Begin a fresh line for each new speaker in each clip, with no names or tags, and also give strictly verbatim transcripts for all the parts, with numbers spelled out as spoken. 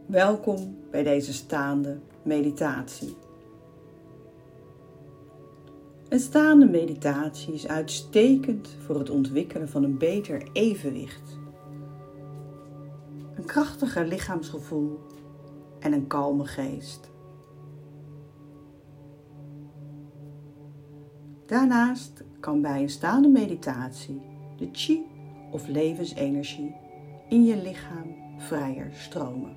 Welkom bij deze staande meditatie. Een staande meditatie is uitstekend voor het ontwikkelen van een beter evenwicht, een krachtiger lichaamsgevoel en een kalme geest. Daarnaast kan bij een staande meditatie de chi of levensenergie in je lichaam vrijer stromen.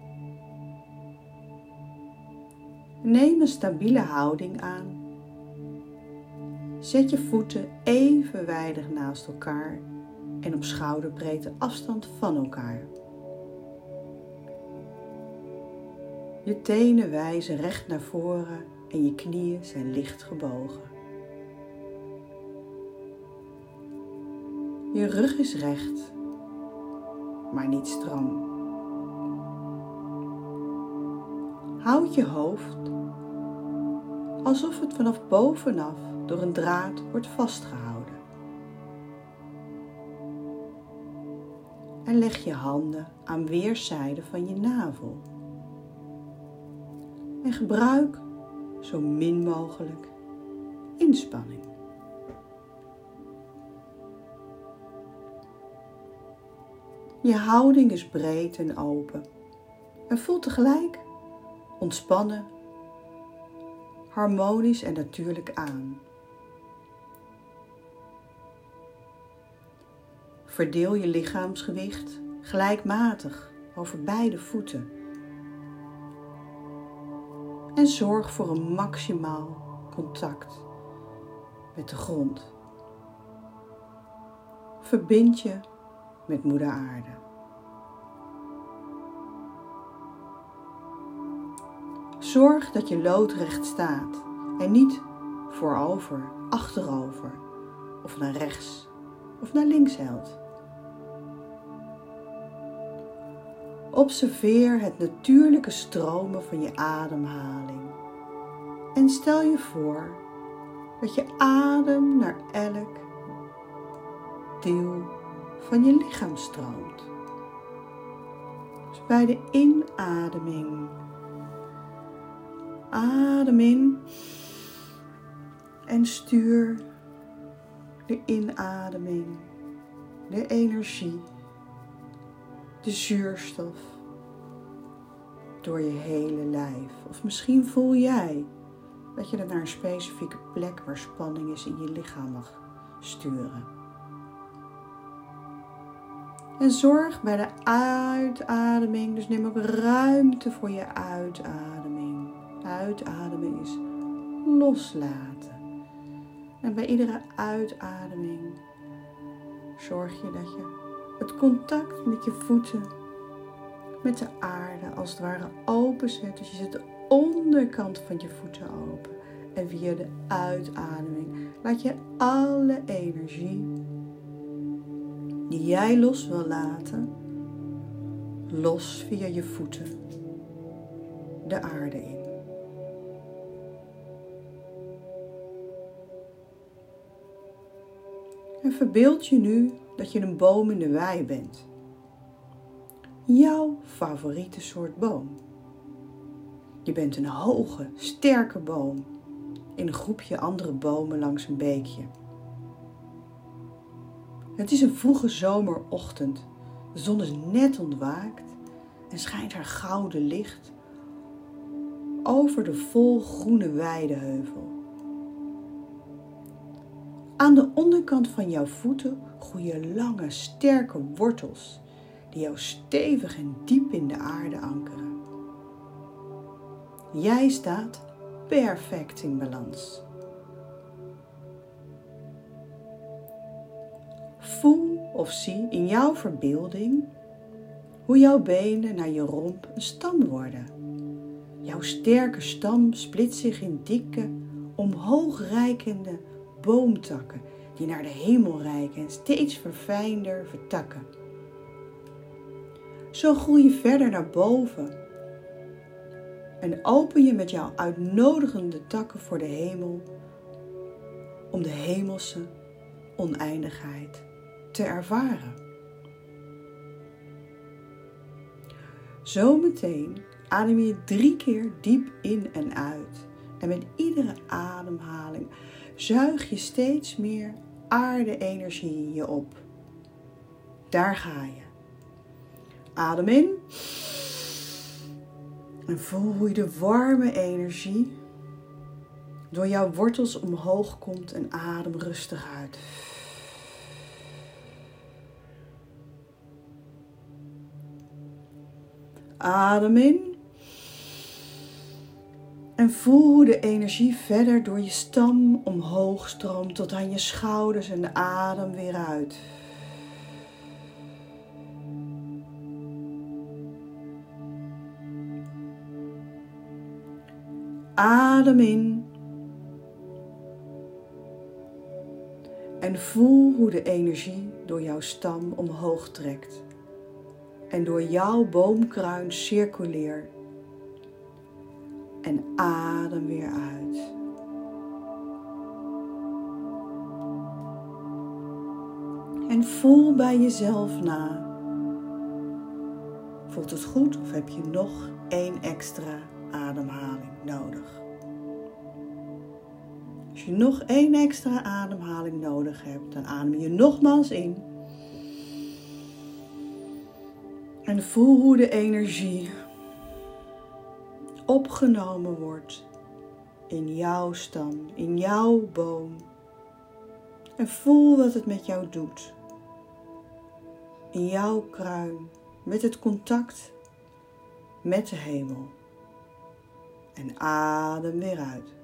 Neem een stabiele houding aan. Zet je voeten evenwijdig naast elkaar en op schouderbreedte afstand van elkaar. Je tenen wijzen recht naar voren en je knieën zijn licht gebogen. Je rug is recht, maar niet stram. Houd je hoofd alsof het vanaf bovenaf door een draad wordt vastgehouden. En leg je handen aan weerszijden van je navel. En gebruik zo min mogelijk inspanning. Je houding is breed en open en voelt tegelijk ontspannen, harmonisch en natuurlijk aan. Verdeel je lichaamsgewicht gelijkmatig over beide voeten. En zorg voor een maximaal contact met de grond. Verbind je met Moeder Aarde. Zorg dat je loodrecht staat en niet voorover, achterover of naar rechts of naar links helt. Observeer het natuurlijke stromen van je ademhaling en stel je voor dat je adem naar elk deel van je lichaam stroomt. Dus bij de inademing adem in en stuur de inademing, de energie, de zuurstof door je hele lijf. Of misschien voel jij dat je dat naar een specifieke plek waar spanning is in je lichaam mag sturen. En zorg bij de uitademing, dus neem ook ruimte voor je uitademing. Uitademing is loslaten. En bij iedere uitademing zorg je dat je het contact met je voeten, met de aarde als het ware openzet. Dus je zet de onderkant van je voeten open. En via de uitademing laat je alle energie die jij los wil laten, los via je voeten de aarde in. En verbeeld je nu dat je een boom in de wei bent. Jouw favoriete soort boom. Je bent een hoge, sterke boom in een groepje andere bomen langs een beekje. Het is een vroege zomerochtend. De zon is net ontwaakt en schijnt haar gouden licht over de volgroene weideheuvel. Aan de onderkant van jouw voeten groeien lange, sterke wortels die jou stevig en diep in de aarde ankeren. Jij staat perfect in balans. Voel of zie in jouw verbeelding hoe jouw benen naar je romp een stam worden. Jouw sterke stam split zich in dikke, omhoogreikende boomtakken die naar de hemel reiken en steeds verfijnder vertakken. Zo groei je verder naar boven en open je met jouw uitnodigende takken voor de hemel om de hemelse oneindigheid te ervaren. Zometeen adem je drie keer diep in en uit. En met iedere ademhaling zuig je steeds meer aarde-energie in je op. Daar ga je. Adem in. En voel hoe je de warme energie door jouw wortels omhoog komt en adem rustig uit. Adem in. En voel hoe de energie verder door je stam omhoog stroomt tot aan je schouders en adem weer uit. Adem in. En voel hoe de energie door jouw stam omhoog trekt en door jouw boomkruin circuleert. En adem weer uit. En voel bij jezelf na. Voelt het goed of heb je nog één extra ademhaling nodig? Als je nog één extra ademhaling nodig hebt, dan adem je nogmaals in. En voel hoe de energie opgenomen wordt in jouw stam, in jouw boom. En voel wat het met jou doet. In jouw kruin, met het contact met de hemel. En adem weer uit.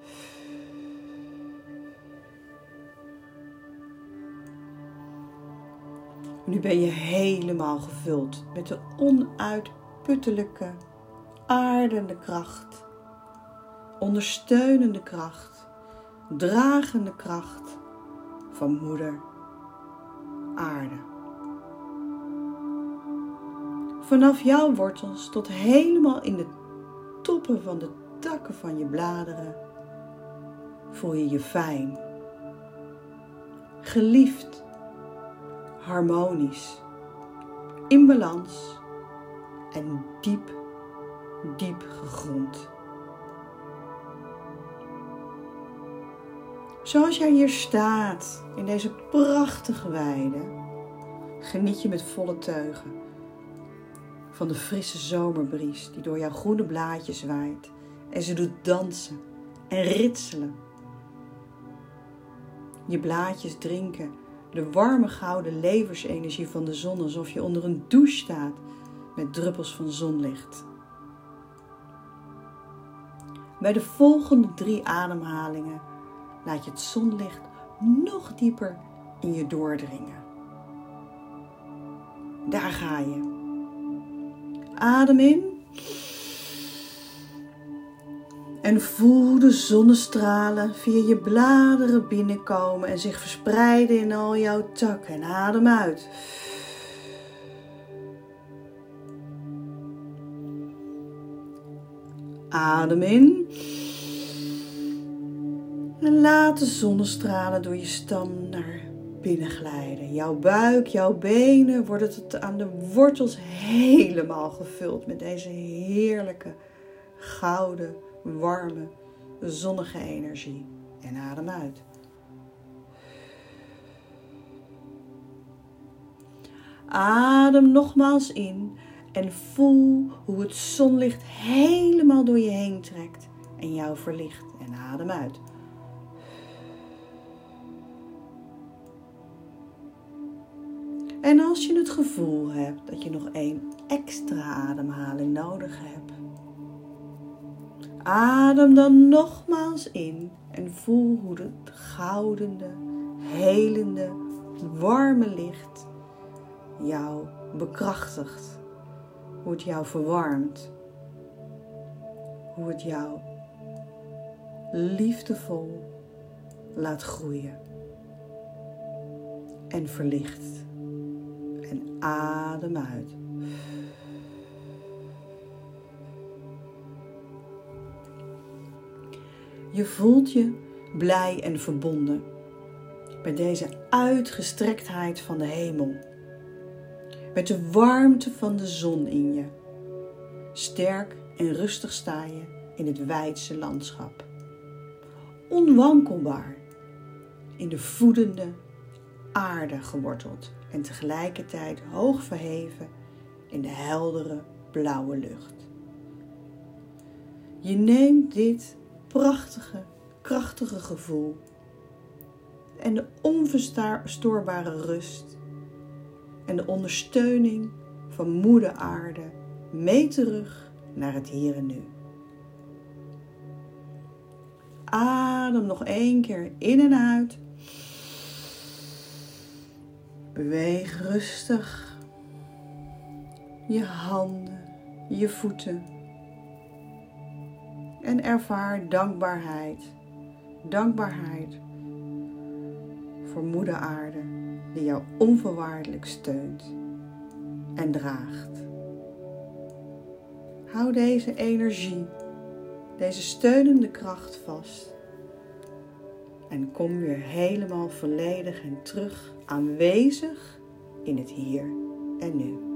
Nu ben je helemaal gevuld met de onuitputtelijke, aardende kracht, ondersteunende kracht, dragende kracht van Moeder Aarde. Vanaf jouw wortels tot helemaal in de toppen van de takken van je bladeren voel je je fijn, geliefd, harmonisch, in balans en diep, diep gegrond. Zoals jij hier staat in deze prachtige weide, geniet je met volle teugen van de frisse zomerbries die door jouw groene blaadjes waait en ze doet dansen en ritselen. Je blaadjes drinken de warme gouden levensenergie van de zon alsof je onder een douche staat met druppels van zonlicht. Bij de volgende drie ademhalingen laat je het zonlicht nog dieper in je doordringen. Daar ga je. Adem in. En voel de zonnestralen via je bladeren binnenkomen en zich verspreiden in al jouw takken. En adem uit. Adem in. En laat de zonnestralen door je stam naar binnen glijden. Jouw buik, jouw benen worden tot aan de wortels helemaal gevuld met deze heerlijke, gouden, warme, zonnige energie. En adem uit. Adem nogmaals in en voel hoe het zonlicht helemaal door je heen trekt en jou verlicht. En adem uit. En als je het gevoel hebt dat je nog één extra ademhaling nodig hebt, adem dan nogmaals in en voel hoe het goudende, helende, warme licht jou bekrachtigt. Hoe het jou verwarmt. Hoe het jou liefdevol laat groeien. En verlicht. En adem uit. Je voelt je blij en verbonden met deze uitgestrektheid van de hemel. Met de warmte van de zon in je. Sterk en rustig sta je in het wijdse landschap. Onwankelbaar in de voedende aarde geworteld en tegelijkertijd hoog verheven in de heldere blauwe lucht. Je neemt dit prachtige, krachtige gevoel en de onverstoorbare rust en de ondersteuning van moeder aarde mee terug naar het hier en nu. Adem nog één keer in en uit. Beweeg rustig je handen, je voeten. En ervaar dankbaarheid. Dankbaarheid voor moeder aarde die jou onvoorwaardelijk steunt en draagt. Hou deze energie, deze steunende kracht vast. En kom weer helemaal volledig en terug aanwezig in het hier en nu.